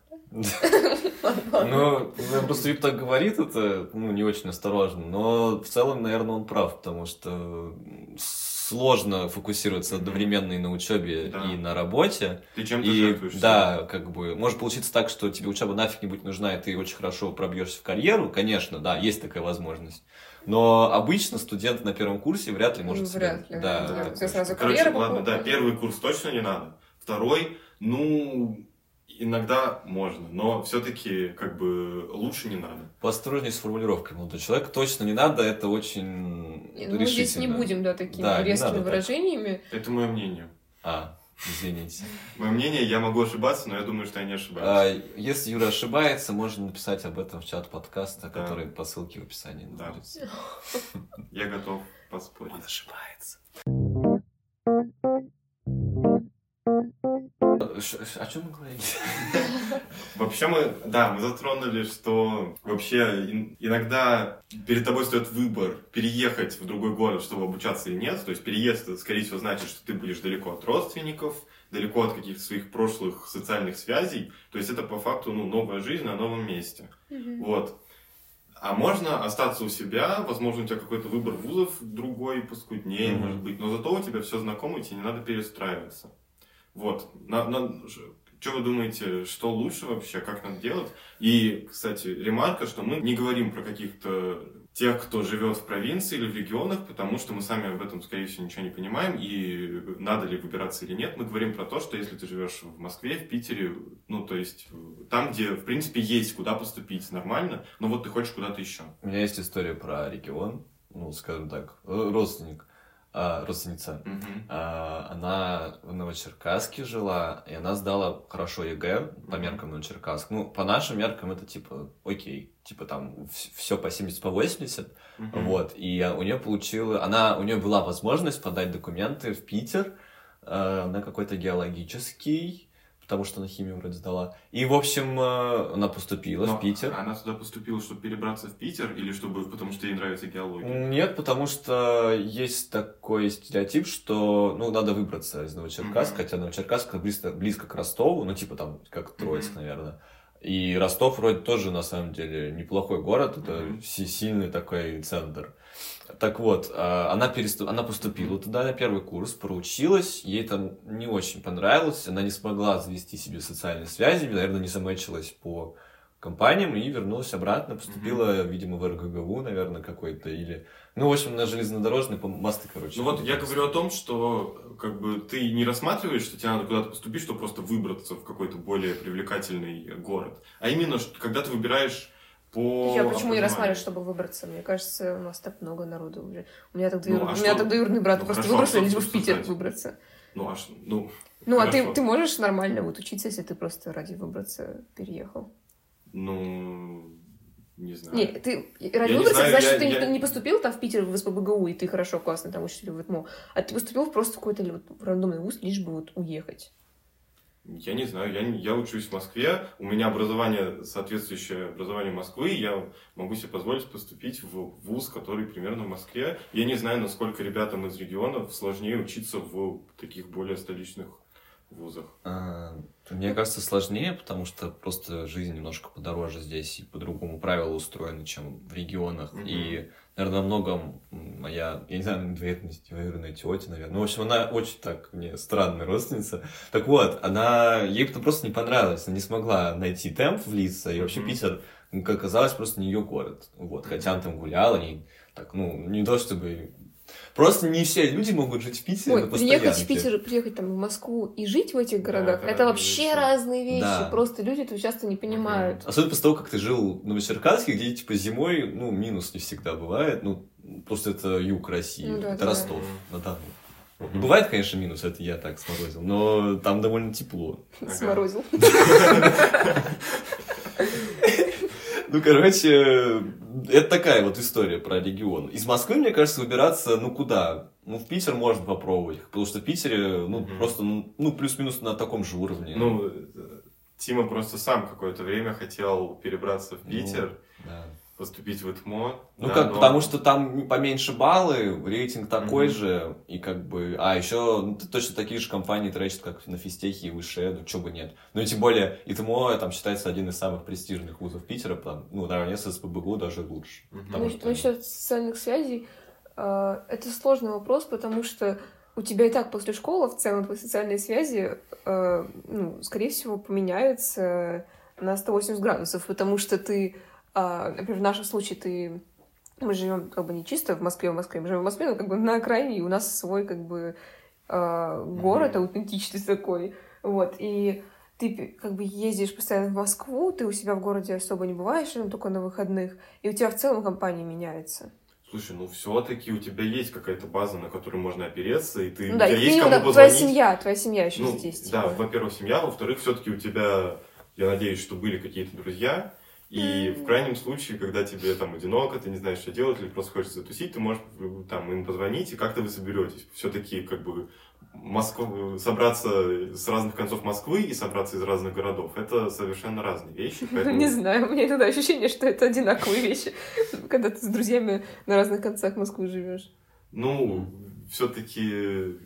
Ну, просто Вип так говорит, это ну, не очень осторожно, но в целом, наверное, он прав, потому что сложно фокусироваться одновременно и на учебе, Да. и на работе. ты чем-то И жертвуешь. да, как бы может получиться так, что тебе учеба нафиг не будет нужна, и ты очень хорошо пробьешься в карьеру. Конечно, да, есть такая возможность. Но обычно студент на первом курсе вряд ли может Ну, себе- вряд ли, Да, да. такое Ты сразу что- Короче, карьера ладно, да, попробуй. первый курс точно не надо. Второй, ну, иногда можно, но все-таки как бы лучше не надо. Поосторожней с формулировкой, молодой человек. Точно не надо, это очень Ну, мы здесь не решительно. будем, да, такими Да, не резкими надо так. выражениями. Это мое мнение. А, извините. Мое мнение, я могу ошибаться, но я думаю, что я не ошибаюсь. А, если Юра ошибается, можно написать об этом в чат подкаста, Да. который по ссылке в описании Да. находится. Я готов поспорить. ошибается. Ш- ш- О чем мы говорили? Вообще мы, да, мы затронули, что вообще ин- иногда перед тобой стоит выбор переехать в другой город, чтобы обучаться или нет. То есть переезд, это, скорее всего, значит, что ты будешь далеко от родственников, далеко от каких-то своих прошлых социальных связей. То есть это по факту ну, новая жизнь на новом месте. Вот. А можно остаться у себя, возможно, у тебя какой-то выбор вузов другой, поскуднее, Мгм. может быть, но зато у тебя все знакомо, и тебе не надо перестраиваться. Вот. На, что вы думаете, что лучше вообще, как надо делать? И, кстати, ремарка, что мы не говорим про каких-то тех, кто живет в провинции или в регионах, потому что мы сами об этом, скорее всего, ничего не понимаем, и надо ли выбираться или нет. Мы говорим про то, что если ты живешь в Москве, в Питере, ну, то есть там, где, в принципе, есть куда поступить нормально, но вот ты хочешь куда-то еще. У меня есть история про регион, ну, скажем так, э, родственник, а, родственница. Мгм. А, Она в Новочеркасске жила, и она сдала хорошо ЕГЭ по Мгм. меркам Новочеркасск. Ну, по нашим меркам это типа окей, типа там все по семьдесят, по восемьдесят. Мгм. Вот, и у нее получила, она, у нее была возможность подать документы в Питер э, на какой-то геологический, потому что на химию вроде сдала. И, в общем, э, она поступила Но в Питер. Она туда поступила, чтобы перебраться в Питер, или чтобы, потому что ей нравится геология? Нет, потому что есть такой стереотип, что, ну, надо выбраться из Новочеркасска, Мгм. хотя Новочеркасск близко, близко к Ростову, ну, типа там, как Троицк, Мгм. наверное. И Ростов вроде тоже, на самом деле, неплохой город, это Мгм. си- сильный такой центр. Так вот, а, она, переступ... она поступила туда на первый курс, проучилась, ей там не очень понравилось, она не смогла завести себе социальные связи, наверное, не замэчилась по компаниям и вернулась обратно, поступила, видимо, в эр гэ гэ у, наверное, какой-то, или... Ну, в общем, на железнодорожные по- мосты, короче. Ну вот я говорю о том, что как бы ты не рассматриваешь, что тебе надо куда-то поступить, чтобы просто выбраться в какой-то более привлекательный город. А именно, что, когда ты выбираешь по... Я почему не образованию. рассматриваю, чтобы выбраться? Мне кажется, у нас так много народу уже. У меня так Ну, двоюродный, а у меня что- так двоюродный брат ну, просто хорошо, выбрался, а что лишь бы в Питер обсуждать? выбраться. Ну, аж, ну, Ну, а ты, хорошо. ты можешь нормально вот учиться, если ты просто ради выбраться переехал? Ну, не знаю. Не, ты ради Я не выбраться, знаю, значит, я- ты я- не поступил там в Питер в эс пэ бэ гэ у, и ты хорошо, классно там учишься в ИТМО, а ты поступил просто в какой-то вот рандомный вуз, лишь бы вот уехать. Я не знаю, я, не- я учусь в Москве, у меня образование, соответствующее образованию Москвы, я могу себе позволить поступить в вуз, который примерно в Москве. Я не знаю, насколько ребятам из регионов сложнее учиться в таких более столичных вузах. А, Мне кажется, сложнее, потому что просто жизнь немножко подороже здесь, и по-другому правила устроены, чем в регионах. Мгм. И, наверное, во многом моя, я не знаю, двоюродная, двоюродная тетя, наверное. Ну, в общем, она очень так мне странная родственница. Так вот, она, ей это просто не понравилось, она не смогла найти темп влиться, и вообще Мгм. Питер, как оказалось, просто не ее город. Вот, хотя она там гуляла, не, так, ну, не то чтобы... Просто не все люди могут жить в Питере на Ой, приехать в постоянке. Питер, приехать там в Москву и жить в этих Да, городах, это это разные вообще вещи. разные вещи. Да. Просто люди этого часто не понимают. Особенно после того, как ты жил в Новочеркасске, где, типа, зимой, ну, минус не всегда бывает, ну, просто это юг России, Ну да, это да. Ростов на Дону. Ну, бывает, конечно, минус, это я так сморозил, но там довольно тепло. Ага. Сморозил. Ну, короче, это такая вот история про регион. Из Москвы, мне кажется, выбираться, ну, куда? Ну, в Питер можно попробовать, потому что в Питере, ну, Мгм. просто, ну, плюс-минус на таком же уровне. Ну, э, Тима просто сам какое-то время хотел перебраться в Ну, Питер, да. поступить в ИТМО. Ну, да, как, но- потому что там поменьше баллы, рейтинг такой Мгм. же, и как бы... А, еще ну, т- точно такие же компании тречат, как на физтехе и выше, ну, чего бы нет. Ну, и тем более, ИТМО там считается один из самых престижных вузов Питера, там, ну, наравне с эс пэ бэ гэ у даже лучше. Мгм. Потому Ну, что- насчет социальных связей, э, это сложный вопрос, потому что у тебя и так после школы в целом твои социальные связи, э, ну, скорее всего, поменяются на сто восемьдесят градусов, потому что ты, э, например, в нашем случае ты... Мы живем как бы не чисто в Москве, в Москве, мы живем в Москве, но как бы на окраине, и у нас свой как бы э, город аутентичный такой, вот, и ты как бы ездишь постоянно в Москву, ты у себя в городе особо не бываешь, ну, только на выходных, и у тебя в целом компания меняется. Слушай, ну все-таки у тебя есть какая-то база, на которую можно опереться, и ты Ну у да, тебя и есть минимум, кому да, твоя позвонить. семья, твоя семья еще Ну, здесь. да, типа. во-первых, семья, во-вторых, все-таки у тебя, я надеюсь, что были какие-то друзья, и Мгм. в крайнем случае, когда тебе там одиноко, ты не знаешь, что делать, или просто хочешь затусить, ты можешь э, там им позвонить, и как-то вы соберетесь. Все-таки как бы Москву, собраться с разных концов Москвы и собраться из разных городов, это совершенно разные вещи. Поэтому... Не знаю, у меня иногда ощущение, что это одинаковые вещи, когда ты с друзьями на разных концах Москвы живешь. Ну, все-таки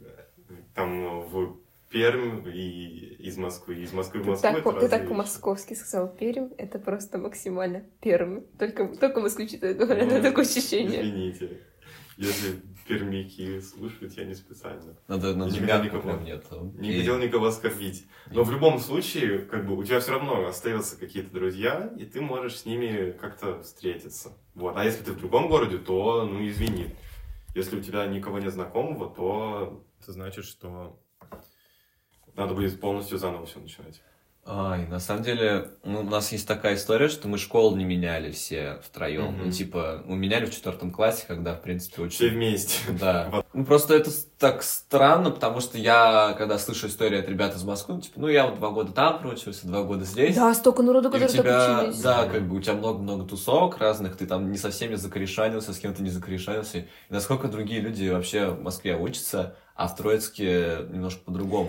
там в Пермь и из Москвы, и из Москвы в Ты Москву. так, это по- ты разные так вещи. по-московски сказал Пермь, это просто максимально Пермь. Только, только москвичи так говорят, Ну, это такое ощущение. Извините, если пермяки слушают, я не специально. Надо на Не землянку хотел никого. прям нет. Не хотел никого оскорбить. Но в любом случае, как бы у тебя все равно остаются какие-то друзья, и ты можешь с ними как-то встретиться. Вот. А если ты в другом городе, то, ну, извини. Если у тебя никого нет знакомого, то это значит, что надо будет полностью заново все начинать. Ай, на самом деле, ну, у нас есть такая история, что мы школу не меняли все втроем. Мгм. Ну, типа, мы меняли в четвертом классе, когда, в принципе, очень... Все вместе. Да. Ну, просто это с- так странно, потому что я, когда слышу историю от ребят из Москвы, ну, типа, ну, я вот два года там проучился, два года здесь. Да, столько народу, И у которые так тебя, учились. да, как бы у тебя много-много тусовок разных, ты там не со всеми закорешанился, с кем-то не закорешанился. И насколько другие люди вообще в Москве учатся, а в Троицке немножко по-другому.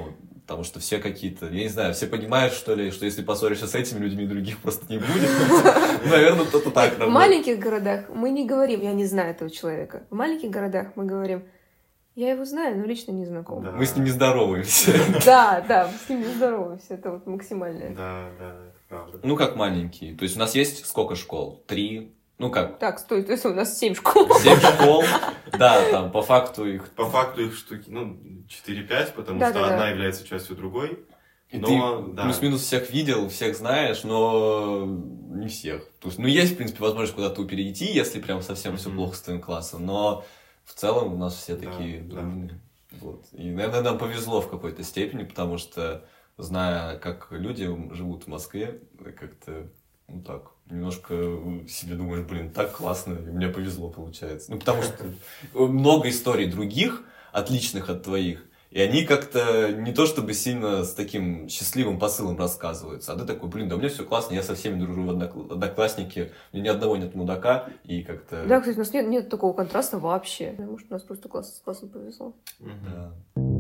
Потому что все какие-то, я не знаю, все понимают, что ли, что если поссоришься с этими людьми, других просто не будет. Наверное, кто-то так работает. В маленьких городах мы не говорим, я не знаю этого человека. В маленьких городах мы говорим, я его знаю, но лично не знаком. Мы с ним не здороваемся. Да, да, мы с ним не здороваемся. Это вот максимальное. Да, да, это правда. Ну, как маленькие. То есть у нас есть сколько школ? Три? Ну как? Так, стой, то есть у нас семь школ. Семь школ, да, там по факту их... По факту их штуки, ну, четыре-пять, потому да, что да, одна да. является частью другой. И но, ты да. плюс-минус всех видел, всех знаешь, но не всех. То есть, ну, есть, в принципе, возможность куда-то перейти, если прям совсем mm-hmm. все плохо с твоим классом, но в целом у нас все да, такие да. дружные. Вот. И, наверное, нам повезло в какой-то степени, потому что, зная, как люди живут в Москве, как-то, ну так, немножко себе думаешь, блин, так классно, и мне повезло, получается. Ну, потому что много историй других, отличных от твоих, и они как-то не то чтобы сильно с таким счастливым посылом рассказываются, а ты такой, блин, да у меня все классно, я со всеми дружу в одноклассники, у меня ни одного нет мудака, и как-то... Да, кстати, у нас нет, нет такого контраста вообще. Может, у нас просто классно, классно повезло. Да.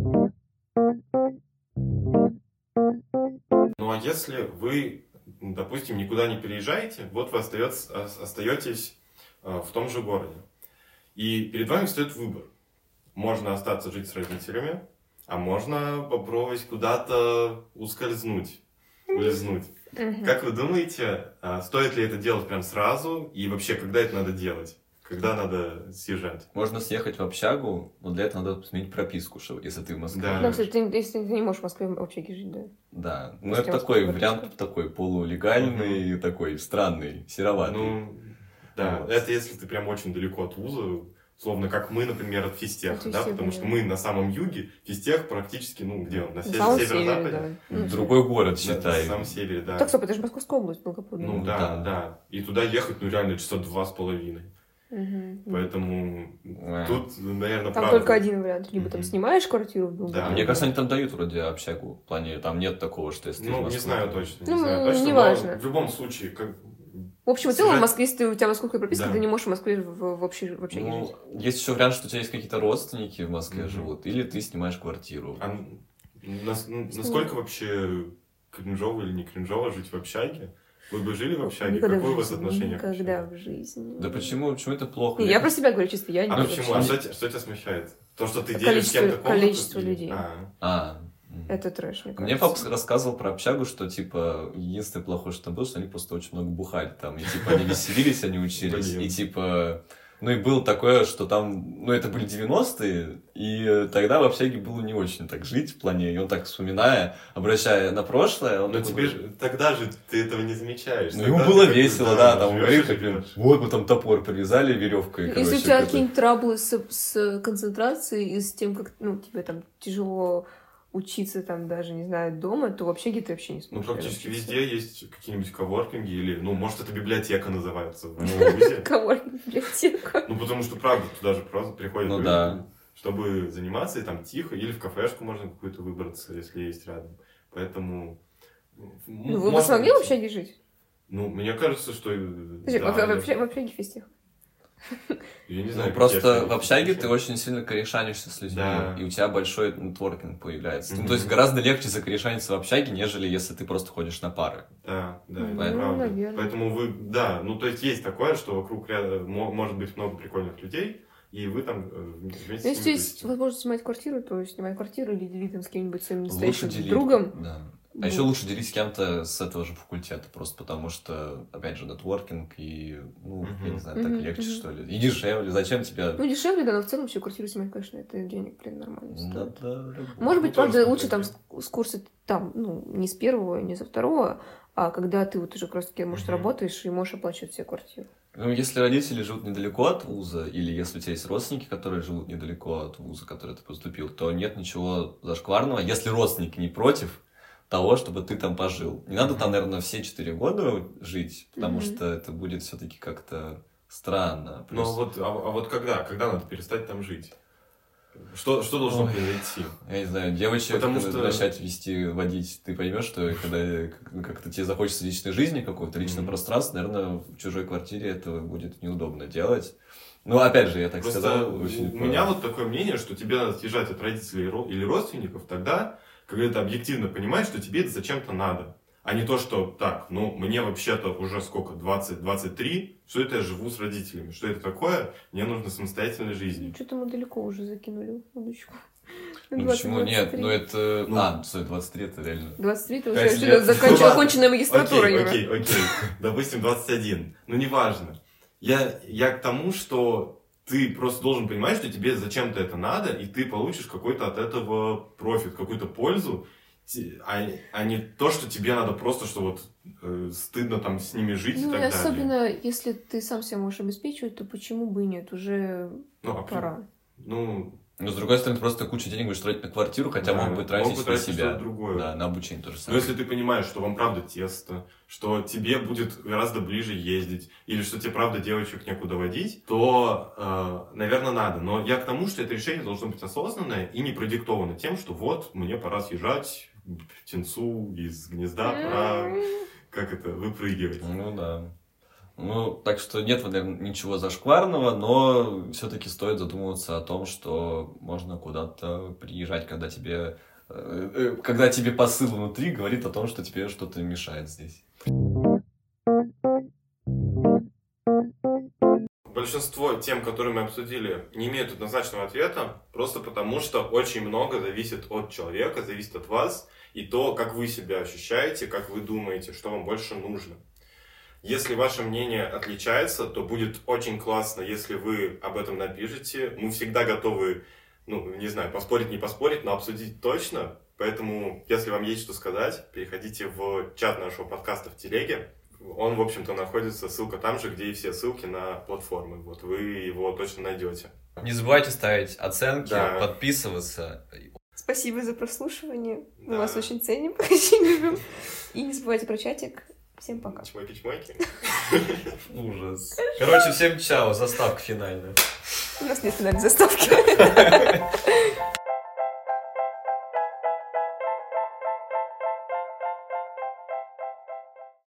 Ну, а если вы, допустим, никуда не переезжаете, вот вы остаетесь, остаетесь в том же городе, и перед вами встает выбор. Можно остаться жить с родителями, а можно попробовать куда-то ускользнуть, улизнуть. Угу. Как вы думаете, стоит ли это делать прям сразу? И вообще, когда это надо делать? Когда надо съезжать? Можно съехать в общагу, но для этого надо сменить прописку, что, если ты в Москве. Да. Ну, кстати, ты, если ты не можешь в Москве в общаге жить, да? Да. Ну, Если это такой прописка. вариант, такой полулегальный, Угу. такой странный, сероватый. Ну, да, Вот. это если ты прям очень далеко от вуза, словно как мы, например, от физтеха, От да, физтеха, потому да. что мы на самом юге, физтех практически, ну, где он, на На север- самом северо-западе? севере, да. Ну, Другой город, Да, считай. на самом севере, да. Так, стоп, это же Московская область, Долгопрудная. Ну, да, Да. да. И туда ехать, ну, реально часа два с половиной. Мгм. Поэтому Да. тут, наверное, Там правда. только один вариант. Либо там Мгм. снимаешь квартиру в Долгопрудной. Да. Мне кажется, они там дают вроде общагу в плане, там нет такого, что если ты из Ну, не Москвы, знаю то- точно, не Ну, знаю точно, неважно. но в любом случае, как... В общем и целом, в Съезжать- Москве, если ты- у тебя московская прописка, Да. ты не можешь в Москве в, в, общей, в общаге Ну, жить. есть еще вариант, что у тебя есть какие-то родственники в Москве Мгм. живут, или ты снимаешь квартиру. А нас- ну, насколько вообще кринжово или не кринжово жить в общаге? Вы бы жили в общаге? Никогда Какое в у вас жизни, отношение к Никогда общаге? в жизни. Да почему? Почему это плохо? Не, я про себя говорю чисто, я не А буду почему? А вообще. что, тебя- что тебя смущает? То, что ты делишь Количество- с кем-то комнату? количество или- людей. А, А, м. Это трэш, мне Мне кажется. папа рассказывал про общагу, что, типа, единственное плохое, что там было, что они просто очень много бухали там. И, типа, они веселились, они учились. Блин. И, типа, ну и было такое, что там, ну это были девяностые, и тогда в общаге было не очень так жить в плане, и он так вспоминая, обращая на прошлое, он но такой тебе говорит, же тогда же ты этого не замечаешь. ну Тогда ему ты было как бы, весело, да, там он живёшь говорит, и как, блин, живёшь. вот мы там топор привязали веревкой, Если короче, у тебя как-то. какие-нибудь траблы с, с концентрацией и с тем, как ну, тебе там тяжело учиться там даже, не знаю, дома, то в общаге ты вообще не Ну, сможешь. практически учиться. везде есть какие-нибудь коворкинги или, ну, может, это библиотека называется в вузе. Коворкинг, библиотека. Ну, потому что, правда, туда же просто приходят Ну люди, да. чтобы заниматься, и там тихо, или в кафешку можно какую-то выбраться, если есть рядом. Поэтому... Ну, вы бы смогли в общаге жить? Ну, мне кажется, что... Подожди, да, в, в, я- в общаге- в общаге физтех. Я не Ну, знаю, просто какие в общаге общаги. ты очень сильно корешанишься с людьми, Да. и у тебя большой нетворкинг появляется. Ну, Мгм. то есть гораздо легче закорешаниться в общаге, нежели если ты просто ходишь на пары. Да, да, Ну, это правда. наверное. Поэтому вы, да, ну, то есть есть такое, что вокруг ряда, мо- может быть много прикольных людей, и вы там э, вместе Ну, с если ними есть тусите. возможность снимать квартиру, то снимай квартиру или дели там с кем-нибудь своим Лучше настоящим делить. другом. Да. Ну. А еще лучше делить с кем-то с этого же факультета, просто потому что, опять же, нетворкинг и, ну, я Мгм. не знаю, так Мгм, легче, мгм. что ли. И дешевле. Зачем тебя... Ну, дешевле, да, но в целом еще квартиру снимать, конечно, это денег, блин, нормально Да, стоит. да, любовь. Может быть, Ну, тоже правда, лучше там смотрите. с, с курса там, ну, не с первого, не со второго, а когда ты вот уже как раз таки, может, Мгм. работаешь и можешь оплачивать себе квартиру. Ну, если родители живут недалеко от вуза, или если у тебя есть родственники, которые живут недалеко от вуза, в который ты поступил, то нет ничего зашкварного, если родственники не против того, чтобы ты там пожил. Не надо там, наверное, все четыре года жить, потому Мгм. что это будет все-таки как-то странно. Ну, а Плюс- вот, а, а вот когда? Когда надо перестать там жить? Что, что должно Ой. произойти? Я не знаю, девочек Потому когда что- начать вести, водить, ты поймешь, что когда как- как-то тебе захочется личной жизни, какого-то личного Мгм. пространства, наверное, в чужой квартире это будет неудобно делать. Ну, опять же, я так Просто сказал. у очень у меня вот такое мнение, что тебе надо съезжать от родителей ро- или родственников тогда, когда ты объективно понимаешь, что тебе это зачем-то надо. А не то, что так, ну, мне вообще-то уже сколько, двадцать двадцать три, что это я живу с родителями, что это такое, мне нужно самостоятельной жизни. Что-то мы далеко уже закинули удочку. Ну почему нет? Ну это... Ну, а, стой, двадцать три это реально... двадцать три это уже заканчивая оконченная магистратура, окей, Юра. Окей, окей, допустим, двадцать один. Ну, неважно. Я, я к тому, что ты просто должен понимать, что тебе зачем-то это надо, и ты получишь какой-то от этого профит, какую-то пользу, а, а не то, что тебе надо просто, что вот э, стыдно там с ними жить ну, и так и особенно, далее. если ты сам себя можешь обеспечивать, то почему бы и нет? Уже ну, а пора. Ну... Но, с другой стороны, просто кучу денег будешь тратить на квартиру, хотя да, мог бы тратить мог бы на себя. другое. Да, на обучение тоже Но самое. если ты понимаешь, что вам правда тесно, что тебе будет гораздо ближе ездить, или что тебе правда девочек некуда водить, то, э, наверное, надо. Но я к тому, что это решение должно быть осознанное и не продиктовано тем, что вот, мне пора съезжать птенцу из гнезда, пора, как это, выпрыгивать. Ну да. Ну, так что нет, наверное, ничего зашкварного, но все-таки стоит задумываться о том, что можно куда-то приезжать, когда тебе, когда тебе посыл внутри говорит о том, что тебе что-то мешает здесь. Большинство тем, которые мы обсудили, не имеют однозначного ответа, просто потому что очень много зависит от человека, зависит от вас, и то, как вы себя ощущаете, как вы думаете, что вам больше нужно. Если ваше мнение отличается, то будет очень классно, если вы об этом напишите. Мы всегда готовы, ну, не знаю, поспорить, не поспорить, но обсудить точно. Поэтому, если вам есть что сказать, переходите в чат нашего подкаста в телеге. Он, в общем-то, находится, ссылка там же, где и все ссылки на платформы. Вот вы его точно найдете. Не забывайте ставить оценки, да. подписываться. Спасибо за прослушивание. Да. Мы вас очень ценим, очень любим. И не забывайте про чатик. Всем пока. Чмойки-чмойки. Ужас. Короче, всем чао, заставка финальная. У нас нет финальной заставки.